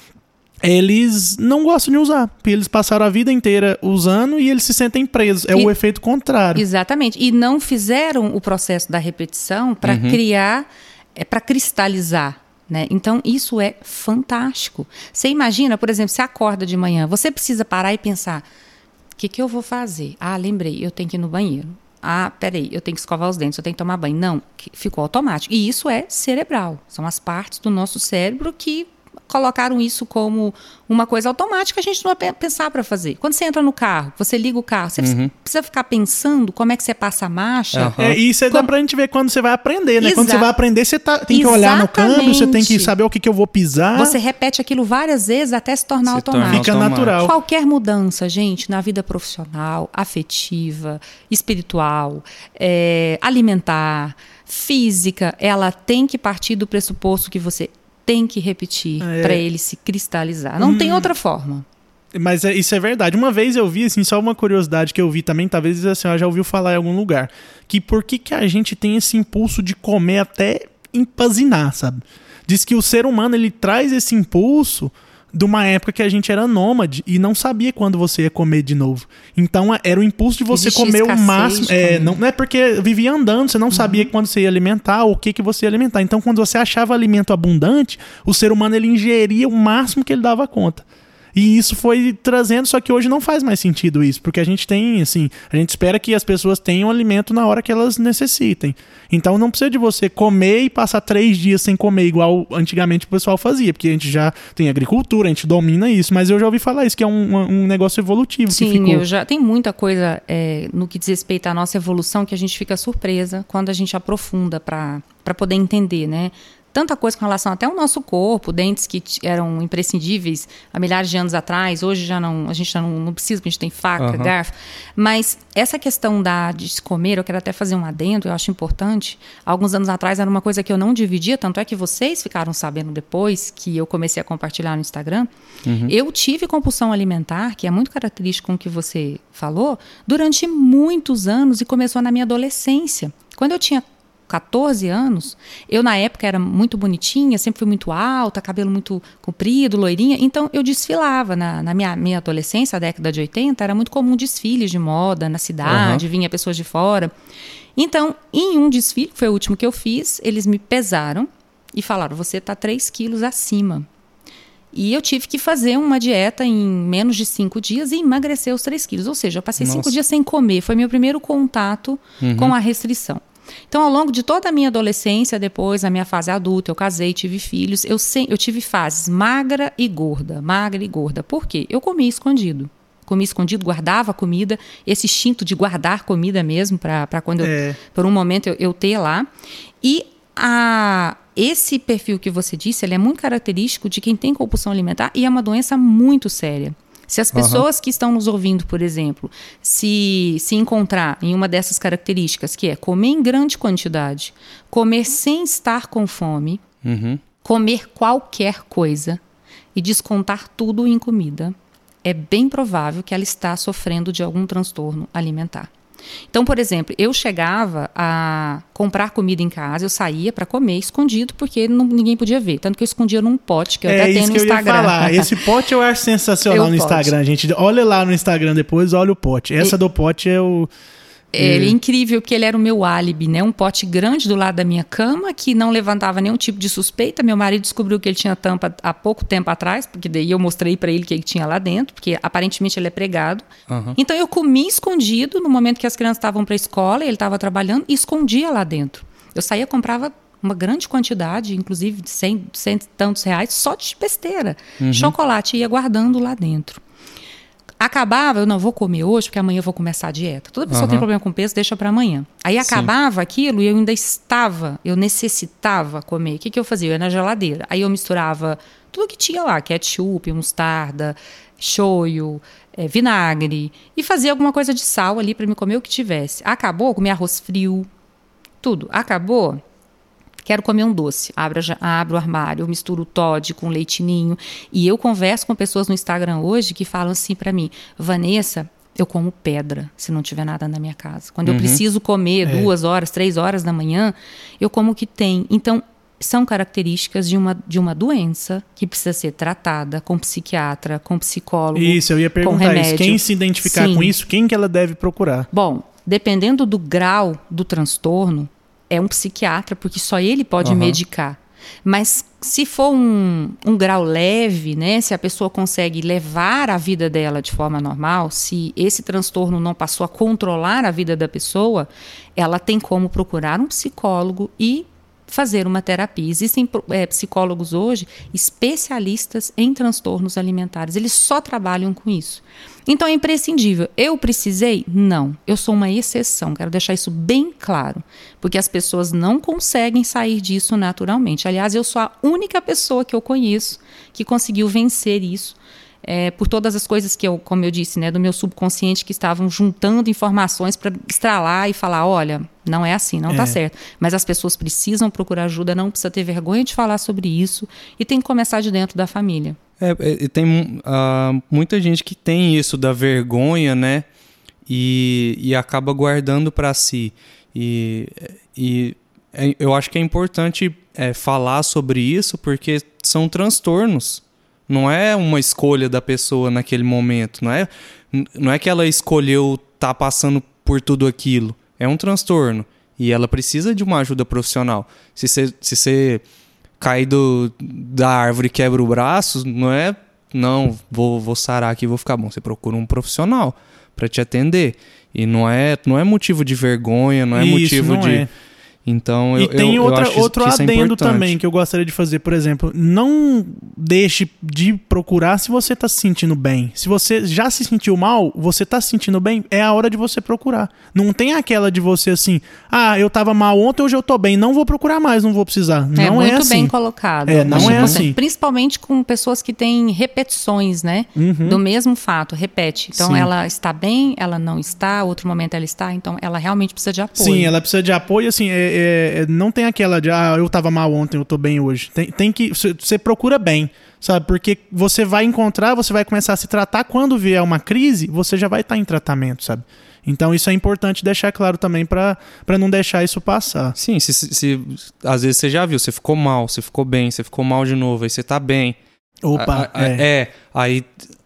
Eles não gostam de usar, porque eles passaram a vida inteira usando e eles se sentem presos. É e, o efeito contrário. Exatamente. E não fizeram o processo da repetição para uhum. criar... é para cristalizar, né? Então, isso é fantástico. Você imagina, por exemplo, você acorda de manhã, você precisa parar e pensar, o que, que eu vou fazer? Ah, lembrei, eu tenho que ir no banheiro. Ah, peraí, eu tenho que escovar os dentes, eu tenho que tomar banho. Não, ficou automático. E isso é cerebral. São as partes do nosso cérebro que colocaram isso como uma coisa automática, a gente não vai pensar para fazer. Quando você entra no carro, você liga o carro, você uhum. precisa ficar pensando como é que você passa a marcha. Uhum. É, e isso como... dá pra gente ver quando você vai aprender, né? Exato. Quando você vai aprender, você tá, tem que Exatamente. olhar no câmbio, você tem que saber o que, que eu vou pisar. Você repete aquilo várias vezes até se tornar se automático. Torna Fica automático. natural. Qualquer mudança, gente, na vida profissional, afetiva, espiritual, é, alimentar, física, ela tem que partir do pressuposto que você tem que repetir é. para ele se cristalizar. Não hum. tem outra forma. Mas é, isso é verdade. Uma vez eu vi, assim, só uma curiosidade que eu vi também, talvez a senhora já ouviu falar em algum lugar, que por que, que a gente tem esse impulso de comer até empazinar, sabe? Diz que o ser humano, ele traz esse impulso de uma época que a gente era nômade e não sabia quando você ia comer de novo. Então era o impulso de você Existia comer o máximo. É, não, não é porque vivia andando, você não uhum. sabia quando você ia alimentar ou o que, que você ia alimentar. Então quando você achava alimento abundante, o ser humano ele ingeria o máximo que ele dava conta. E isso foi trazendo, só que hoje não faz mais sentido isso, porque a gente tem, assim, a gente espera que as pessoas tenham alimento na hora que elas necessitem. Então não precisa de você comer e passar três dias sem comer, igual antigamente o pessoal fazia, porque a gente já tem agricultura, a gente domina isso, mas eu já ouvi falar isso, que é um, um negócio evolutivo. Sim, que ficou. eu já, tem muita coisa é, no que diz respeito à nossa evolução que a gente fica surpresa quando a gente aprofunda para para poder entender, né? Tanta coisa com relação até ao nosso corpo, dentes que eram imprescindíveis há milhares de anos atrás, hoje já não, a gente já não, não precisa, porque a gente tem faca, uhum. garfo. Mas essa questão da, de se comer, eu quero até fazer um adendo, eu acho importante. Alguns anos atrás era uma coisa que eu não dividia, tanto é que vocês ficaram sabendo depois que eu comecei a compartilhar no Instagram. Uhum. Eu tive compulsão alimentar, que é muito característico com o que você falou, durante muitos anos e começou na minha adolescência. Quando eu tinha catorze anos, eu na época era muito bonitinha, sempre fui muito alta, cabelo muito comprido, loirinha, então eu desfilava na, na minha, minha adolescência, a década de oitenta, era muito comum desfiles de moda na cidade, uhum. vinha pessoas de fora. Então, em um desfile, que foi o último que eu fiz, eles me pesaram e falaram, você está três quilos acima. E eu tive que fazer uma dieta em menos de cinco dias e emagrecer os três quilos, ou seja, eu passei Nossa. cinco dias sem comer, foi meu primeiro contato uhum. com a restrição. Então, ao longo de toda a minha adolescência, depois, na minha fase adulta, eu casei, tive filhos, eu, se, eu tive fases magra e gorda, magra e gorda. Por quê? Eu comia escondido. Comia escondido, guardava comida, esse instinto de guardar comida mesmo, para quando, é. eu, por um momento, eu, eu ter lá. E a, esse perfil que você disse, ele é muito característico de quem tem compulsão alimentar e é uma doença muito séria. Se as pessoas uhum. que estão nos ouvindo, por exemplo, se, se encontrar em uma dessas características, que é comer em grande quantidade, comer sem estar com fome, uhum. comer qualquer coisa e descontar tudo em comida, é bem provável que ela está sofrendo de algum transtorno alimentar. Então, por exemplo, eu chegava a comprar comida em casa, eu saía para comer escondido, porque não, ninguém podia ver. Tanto que eu escondia num pote, que eu é até tenho no Instagram. É isso que eu ia falar. Esse pote eu acho sensacional no Instagram, gente. Olha lá no Instagram depois, olha o pote. Essa e... do pote é o... Ele é incrível, porque ele era o meu álibi, né? Um pote grande do lado da minha cama, que não levantava nenhum tipo de suspeita. Meu marido descobriu que ele tinha tampa há pouco tempo atrás, porque daí eu mostrei para ele o que ele tinha lá dentro, porque aparentemente ele é pregado. Uhum. Então eu comia escondido no momento que as crianças estavam para a escola, ele estava trabalhando, e escondia lá dentro. Eu saía, comprava uma grande quantidade, inclusive de cem, cem e tantos reais, só de besteira. Uhum. Chocolate, ia guardando lá dentro. Acabava, eu não vou comer hoje, porque amanhã eu vou começar a dieta. Toda pessoa uhum. tem problema com peso, deixa para amanhã. Aí acabava Sim. aquilo e eu ainda estava, eu necessitava comer. O que, que eu fazia? Eu ia na geladeira. Aí eu misturava tudo que tinha lá, ketchup, mostarda, shoyu, é, vinagre, e fazia alguma coisa de sal ali para me comer o que tivesse. Acabou, comer arroz frio, tudo. Acabou, quero comer um doce. Abro, abro o armário, eu misturo o Toddy com leite ninho. E eu converso com pessoas no Instagram hoje que falam assim para mim, Vanessa, eu como pedra se não tiver nada na minha casa. Quando uhum. eu preciso comer é. duas horas, três horas da manhã, eu como o que tem. Então, são características de uma, de uma doença que precisa ser tratada com psiquiatra, com psicólogo, isso, eu ia perguntar isso. Quem se identificar Sim. com isso, quem que ela deve procurar? Bom, dependendo do grau do transtorno, é um psiquiatra, porque só ele pode uhum. medicar. Mas se for um, um grau leve, né, se a pessoa consegue levar a vida dela de forma normal, se esse transtorno não passou a controlar a vida da pessoa, ela tem como procurar um psicólogo e fazer uma terapia. Existem é, psicólogos hoje especialistas em transtornos alimentares. Eles só trabalham com isso. Então é imprescindível. Eu precisei? Não. Eu sou uma exceção. Quero deixar isso bem claro. Porque as pessoas não conseguem sair disso naturalmente. Aliás, eu sou a única pessoa que eu conheço que conseguiu vencer isso. É, por todas as coisas que eu, como eu disse, né, do meu subconsciente, que estavam juntando informações para estralar e falar, olha, não é assim, não está é. certo. Mas as pessoas precisam procurar ajuda, não precisa ter vergonha de falar sobre isso e tem que começar de dentro da família. É, tem uh, muita gente que tem isso da vergonha, né, e, e acaba guardando para si. E, e é, eu acho que é importante é, falar sobre isso porque são transtornos. Não é uma escolha da pessoa naquele momento. Não é, não é que ela escolheu estar tá passando por tudo aquilo. É um transtorno. E ela precisa de uma ajuda profissional. Se você se você cair do, da árvore e quebra o braço, não é... Não, vou, vou sarar aqui e vou ficar bom. Você procura um profissional para te atender. E não é, não é motivo de vergonha, não é Isso, motivo não de... É. Então, e eu, tem eu, outra, eu acho outro que isso adendo é também que eu gostaria de fazer, por exemplo, não deixe de procurar se você está se sentindo bem. Se você já se sentiu mal, você está se sentindo bem, é a hora de você procurar. Não tem aquela de você assim, ah, eu estava mal ontem, hoje eu estou bem, não vou procurar mais, não vou precisar. É não muito é assim. bem colocado. É, não é assim. Principalmente com pessoas que têm repetições, né? Uhum. Do mesmo fato, repete. Então, Sim. ela está bem, ela não está, outro momento ela está, então ela realmente precisa de apoio. Sim, ela precisa de apoio, assim, é, é, não tem aquela de, ah, eu tava mal ontem, eu tô bem hoje. Tem, tem que, você procura bem, sabe? Porque você vai encontrar, você vai começar a se tratar, quando vier uma crise, você já vai estar em tratamento, sabe? Então isso é importante deixar claro também para não deixar isso passar. Sim, se, se, se, às vezes você já viu, você ficou mal, você ficou bem, você ficou mal de novo, aí você tá bem. Opa, a, a, é. É, aí...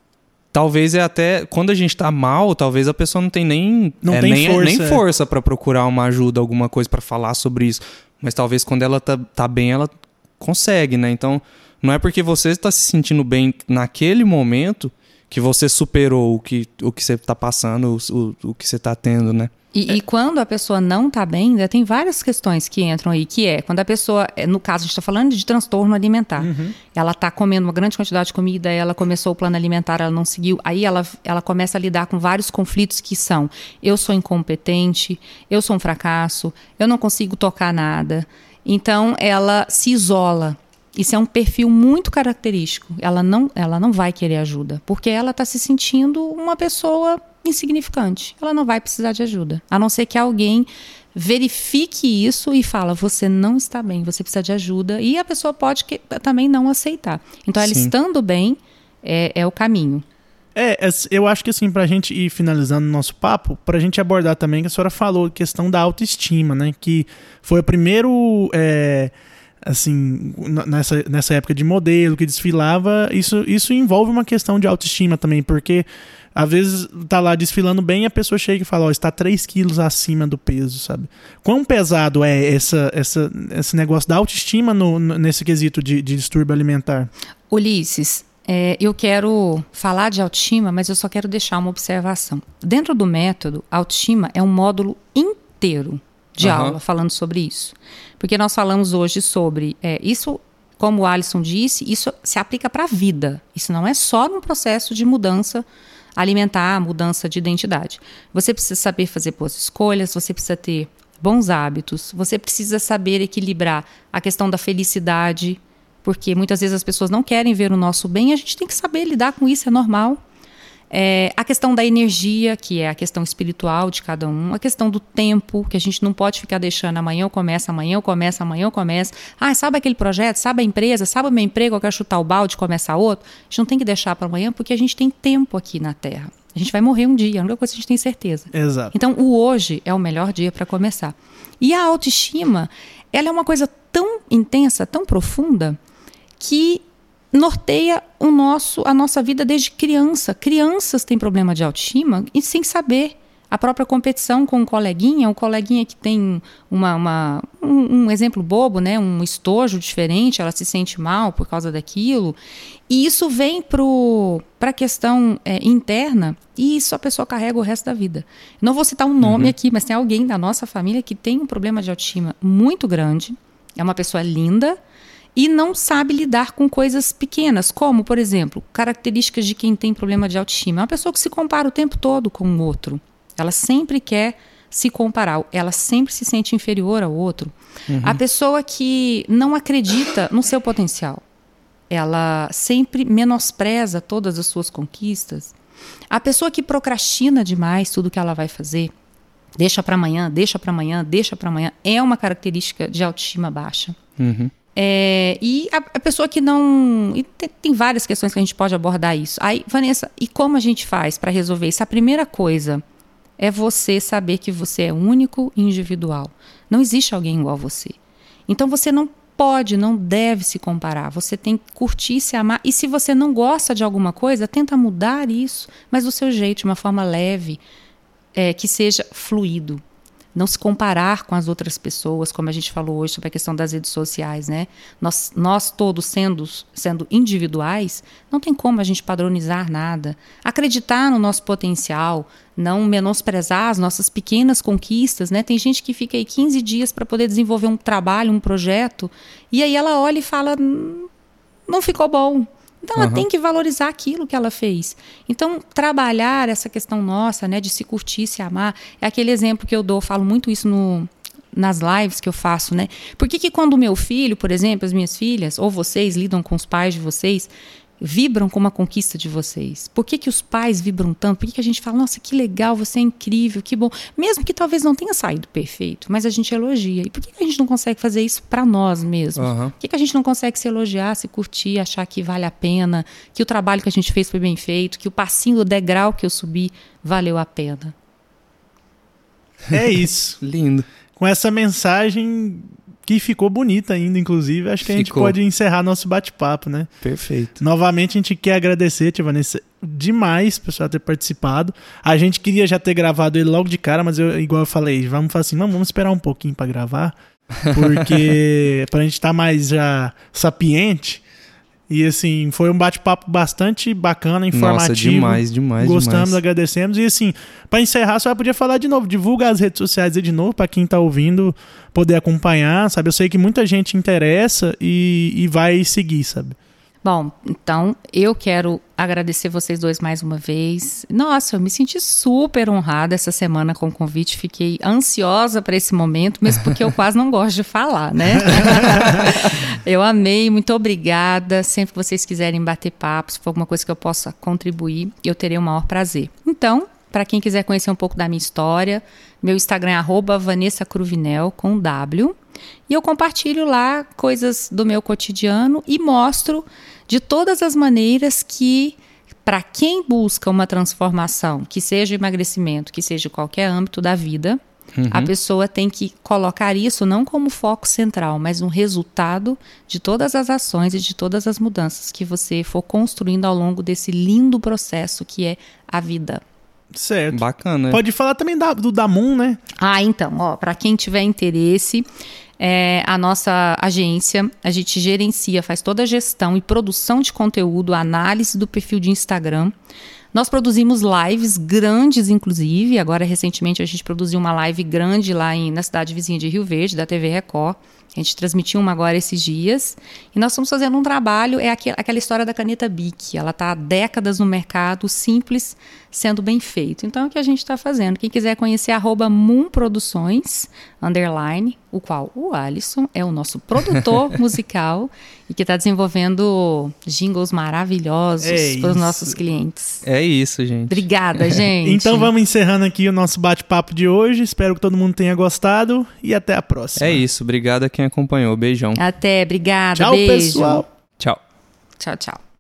Talvez é até... Quando a gente tá mal, talvez a pessoa não tem nem, não é, tem nem força, nem é. força pra procurar uma ajuda, alguma coisa pra falar sobre isso. Mas talvez quando ela tá, tá bem, ela consegue, né? Então, não é porque você está se sentindo bem naquele momento que você superou o que, o que você tá passando, o, o, o que você tá tendo, né? E, é. e quando a pessoa não está bem, ainda tem várias questões que entram aí, que é quando a pessoa, no caso a gente está falando de transtorno alimentar, uhum. ela está comendo uma grande quantidade de comida, ela começou o plano alimentar, ela não seguiu, aí ela, ela começa a lidar com vários conflitos que são, eu sou incompetente, eu sou um fracasso, eu não consigo tocar nada, então ela se isola. Isso é um perfil muito característico, ela não, ela não vai querer ajuda, porque ela está se sentindo uma pessoa insignificante, ela não vai precisar de ajuda, a não ser que alguém verifique isso e fala, você não está bem, você precisa de ajuda, e a pessoa pode que, também não aceitar. Então, ela Sim. estando bem, é, é o caminho. É, eu acho que assim, pra gente ir finalizando o nosso papo, pra gente abordar também, que a senhora falou, a questão da autoestima, né, que foi o primeiro... É, assim, nessa, nessa época de modelo que desfilava, isso, isso envolve uma questão de autoestima também, porque às vezes tá lá desfilando bem e a pessoa chega e fala, ó, está três quilos acima do peso, sabe? Quão pesado é essa, essa, esse negócio da autoestima no, nesse quesito de, de distúrbio alimentar? Ulisses, é, eu quero falar de autoestima, mas eu só quero deixar uma observação. Dentro do método, a autoestima é um módulo inteiro de uhum. aula falando sobre isso. Porque nós falamos hoje sobre é, isso, como o Alisson disse, isso se aplica para a vida. Isso não é só num processo de mudança alimentar, mudança de identidade. Você precisa saber fazer boas escolhas, você precisa ter bons hábitos, você precisa saber equilibrar a questão da felicidade, porque muitas vezes as pessoas não querem ver o nosso bem, a gente tem que saber lidar com isso, é normal. É, a questão da energia, que é a questão espiritual de cada um, a questão do tempo, que a gente não pode ficar deixando amanhã eu começo, amanhã eu começo, amanhã eu começo. Ah, sabe aquele projeto, sabe a empresa, sabe o meu emprego, eu quero chutar o balde, começar outro. A gente não tem que deixar para amanhã, porque a gente tem tempo aqui na Terra. A gente vai morrer um dia, a única coisa que a gente tem certeza. Exato. Então, o hoje é o melhor dia para começar. E a autoestima, ela é uma coisa tão intensa, tão profunda, que norteia o nosso, a nossa vida desde criança. Crianças têm problema de autoestima e sem saber. A própria competição com um coleguinha, um coleguinha que tem uma, uma, um, um exemplo bobo, né? Um estojo diferente, ela se sente mal por causa daquilo. E isso vem para a questão é, interna e isso a pessoa carrega o resto da vida. Não vou citar um nome uhum. aqui, mas tem alguém da nossa família que tem um problema de autoestima muito grande. É uma pessoa linda e não sabe lidar com coisas pequenas, como, por exemplo, características de quem tem problema de autoestima. É uma pessoa que se compara o tempo todo com o outro. Ela sempre quer se comparar, ela sempre se sente inferior ao outro. Uhum. A pessoa que não acredita no seu potencial, ela sempre menospreza todas as suas conquistas. A pessoa que procrastina demais tudo que ela vai fazer, deixa para amanhã, deixa para amanhã, deixa para amanhã, é uma característica de autoestima baixa. Uhum. É, e a, a pessoa que não... E tem, tem várias questões que a gente pode abordar isso. Aí, Vanessa, e como a gente faz para resolver isso? A primeira coisa é você saber que você é único e individual. Não existe alguém igual a você. Então você não pode, não deve se comparar. Você tem que curtir, se amar. E se você não gosta de alguma coisa, tenta mudar isso, mas do seu jeito, de uma forma leve, é, que seja fluido. Não se comparar com as outras pessoas, como a gente falou hoje sobre a questão das redes sociais, né? Nós, nós todos sendo, sendo individuais, não tem como a gente padronizar nada. Acreditar no nosso potencial, não menosprezar as nossas pequenas conquistas, né? Tem gente que fica aí quinze dias para poder desenvolver um trabalho, um projeto, e aí ela olha e fala, não ficou bom. Então, ela uhum. tem que valorizar aquilo que ela fez. Então, trabalhar essa questão nossa, né, de se curtir, se amar, é aquele exemplo que eu dou, falo muito isso no, nas lives que eu faço, né? Por que que quando o meu filho, por exemplo, as minhas filhas, ou vocês lidam com os pais de vocês, vibram com uma conquista de vocês? Por que que os pais vibram tanto? Por que que a gente fala, nossa, que legal, você é incrível, que bom. Mesmo que talvez não tenha saído perfeito, mas a gente elogia. E por que que a gente não consegue fazer isso para nós mesmos? Uhum. Por que que a gente não consegue se elogiar, se curtir, achar que vale a pena, que o trabalho que a gente fez foi bem feito, que o passinho do degrau que eu subi valeu a pena? É isso. Lindo. Com essa mensagem... que ficou bonita ainda, inclusive. Acho que a gente ficou. Pode encerrar nosso bate-papo, né? Perfeito. Novamente, a gente quer agradecer, tia Vanessa, demais por você ter participado. A gente queria já ter gravado ele logo de cara, mas eu, igual eu falei, vamos falar assim, vamos, vamos esperar um pouquinho para gravar, porque pra gente estar tá mais já sapiente. E assim, foi um bate-papo bastante bacana, informativo. Nossa, demais, demais, Gostamos, demais. Agradecemos. E assim, para encerrar, só podia falar de novo, divulga as redes sociais aí de novo, para quem tá ouvindo poder acompanhar, sabe? Eu sei que muita gente interessa e, e vai seguir, sabe? Bom, então eu quero agradecer vocês dois mais uma vez. Nossa, eu me senti super honrada essa semana com o convite. Fiquei ansiosa para esse momento, mesmo porque eu quase não gosto de falar, né? Eu amei, muito obrigada. Sempre que vocês quiserem bater papo, se for alguma coisa que eu possa contribuir, eu terei o maior prazer. Então, para quem quiser conhecer um pouco da minha história, meu Instagram é arroba Vanessa Cruvinel, com W. E eu compartilho lá coisas do meu cotidiano e mostro de todas as maneiras que, para quem busca uma transformação, que seja emagrecimento, que seja qualquer âmbito da vida, uhum. a pessoa tem que colocar isso não como foco central, mas um resultado de todas as ações e de todas as mudanças que você for construindo ao longo desse lindo processo que é a vida. Certo. Bacana. Pode falar também da, do Damon, né? Ah, então, ó, para quem tiver interesse... É, a nossa agência, a gente gerencia, faz toda a gestão e produção de conteúdo, análise do perfil de Instagram. Nós produzimos lives grandes, inclusive. Agora, recentemente, a gente produziu uma live grande lá em, na cidade vizinha de Rio Verde, da T V Record. A gente transmitiu uma agora esses dias. E nós estamos fazendo um trabalho, é aqu- aquela história da caneta Bic. Ela está há décadas no mercado, simples, sendo bem feito. Então, é o que a gente está fazendo. Quem quiser conhecer, arroba Moon Produções, underline, o qual o Alisson é o nosso produtor musical e que está desenvolvendo jingles maravilhosos É para os isso. nossos clientes. É isso, gente. Obrigada, gente. Então vamos encerrando aqui o nosso bate-papo de hoje. Espero que todo mundo tenha gostado e até a próxima. É isso. Obrigado a quem acompanhou. Beijão. Até, obrigada. Tchau, beijo. pessoal. Tchau. Tchau, tchau.